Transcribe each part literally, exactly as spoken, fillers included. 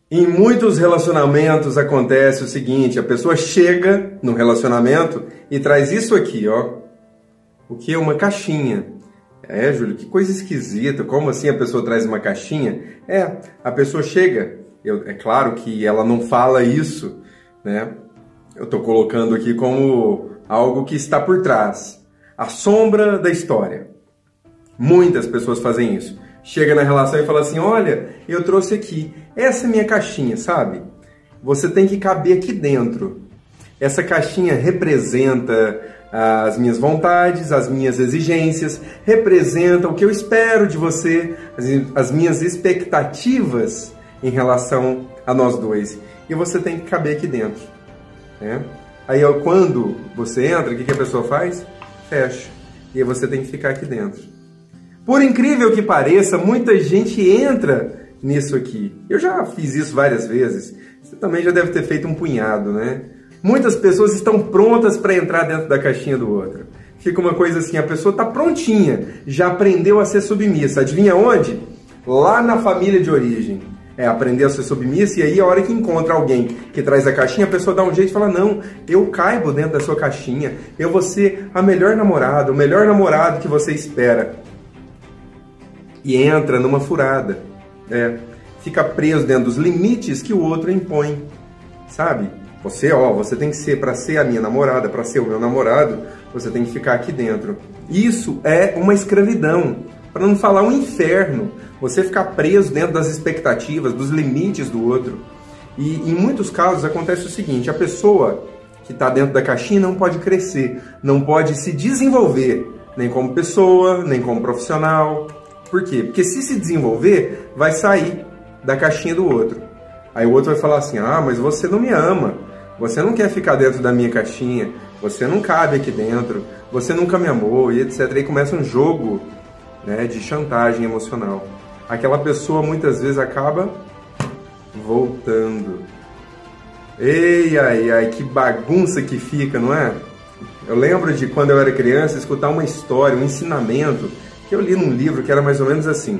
Em muitos relacionamentos acontece o seguinte, a pessoa chega no relacionamento e traz isso aqui, ó. O que é uma caixinha? É, Júlio, que coisa esquisita, como assim a pessoa traz uma caixinha? É, a pessoa chega, eu, é claro que ela não fala isso, né? Eu estou colocando aqui como algo que está por trás. A sombra da história. Muitas pessoas fazem isso. Chega na relação e fala assim, olha, eu trouxe aqui, essa é minha caixinha, sabe? Você tem que caber aqui dentro. Essa caixinha representa as minhas vontades, as minhas exigências, representa o que eu espero de você, as, as minhas expectativas em relação a nós dois. E você tem que caber aqui dentro. Né? Aí quando você entra, o que, que a pessoa faz? Fecha. E aí você tem que ficar aqui dentro. Por incrível que pareça, muita gente entra nisso aqui. Eu já fiz isso várias vezes. Você também já deve ter feito um punhado, né? Muitas pessoas estão prontas para entrar dentro da caixinha do outro. Fica uma coisa assim, a pessoa está prontinha, já aprendeu a ser submissa. Adivinha onde? Lá na família de origem. É, aprender a ser submissa, e aí a hora que encontra alguém que traz a caixinha, a pessoa dá um jeito e fala, não, eu caibo dentro da sua caixinha, eu vou ser a melhor namorada, o melhor namorado que você espera. E entra numa furada, é, fica preso dentro dos limites que o outro impõe, sabe? Você, ó, você tem que ser, para ser a minha namorada, para ser o meu namorado, você tem que ficar aqui dentro. Isso é uma escravidão, para não falar um inferno, você ficar preso dentro das expectativas, dos limites do outro. E em muitos casos acontece o seguinte, a pessoa que está dentro da caixinha não pode crescer, não pode se desenvolver, nem como pessoa, nem como profissional. Por quê? Porque se se desenvolver, vai sair da caixinha do outro. Aí o outro vai falar assim, ah, mas você não me ama, você não quer ficar dentro da minha caixinha, você não cabe aqui dentro, você nunca me amou, e etcétera. Aí começa um jogo, né, de chantagem emocional. Aquela pessoa muitas vezes acaba voltando. Ei, ai, ai, que bagunça que fica, não é? Eu lembro de quando eu era criança, escutar uma história, um ensinamento, que eu li num livro que era mais ou menos assim.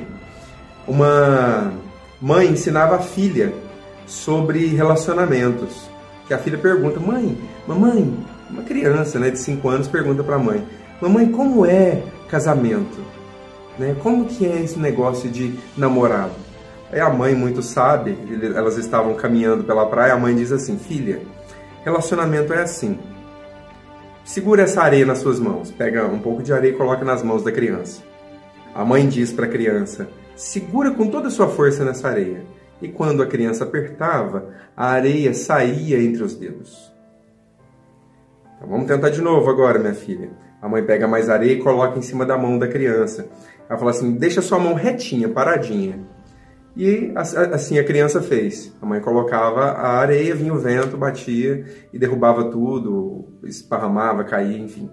Uma mãe ensinava a filha sobre relacionamentos. Que a filha pergunta, mãe, mamãe, uma criança, né, de cinco anos pergunta para a mãe, mamãe, como é casamento? Né? Como que é esse negócio de namorado? Aí a mãe, muito sábia, elas estavam caminhando pela praia, a mãe diz assim, filha, relacionamento é assim. Segura essa areia nas suas mãos. Pega um pouco de areia e coloca nas mãos da criança. A mãe diz para a criança, segura com toda a sua força nessa areia. E quando a criança apertava, a areia saía entre os dedos. Então, vamos tentar de novo agora, minha filha. A mãe pega mais areia e coloca em cima da mão da criança. Ela fala assim, deixa sua mão retinha, paradinha. E assim a criança fez. A mãe colocava a areia, vinha o vento, batia e derrubava tudo, esparramava, caía, enfim.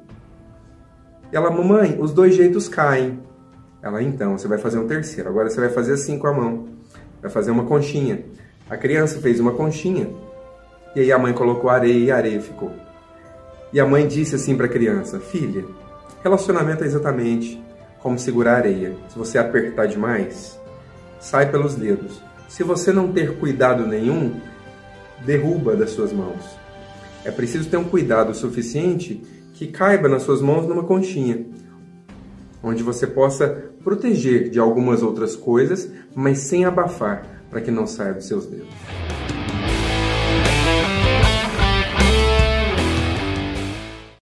E ela, mamãe, os dois jeitos caem. Ela, então, você vai fazer um terceiro. Agora você vai fazer assim com a mão. Vai fazer uma conchinha. A criança fez uma conchinha. E aí a mãe colocou areia e a areia ficou. E a mãe disse assim para a criança, filha, relacionamento é exatamente como segurar areia. Se você apertar demais, sai pelos dedos. Se você não ter cuidado nenhum, derruba das suas mãos. É preciso ter um cuidado suficiente que caiba nas suas mãos numa conchinha, onde você possa proteger de algumas outras coisas, mas sem abafar, para que não saia dos seus dedos.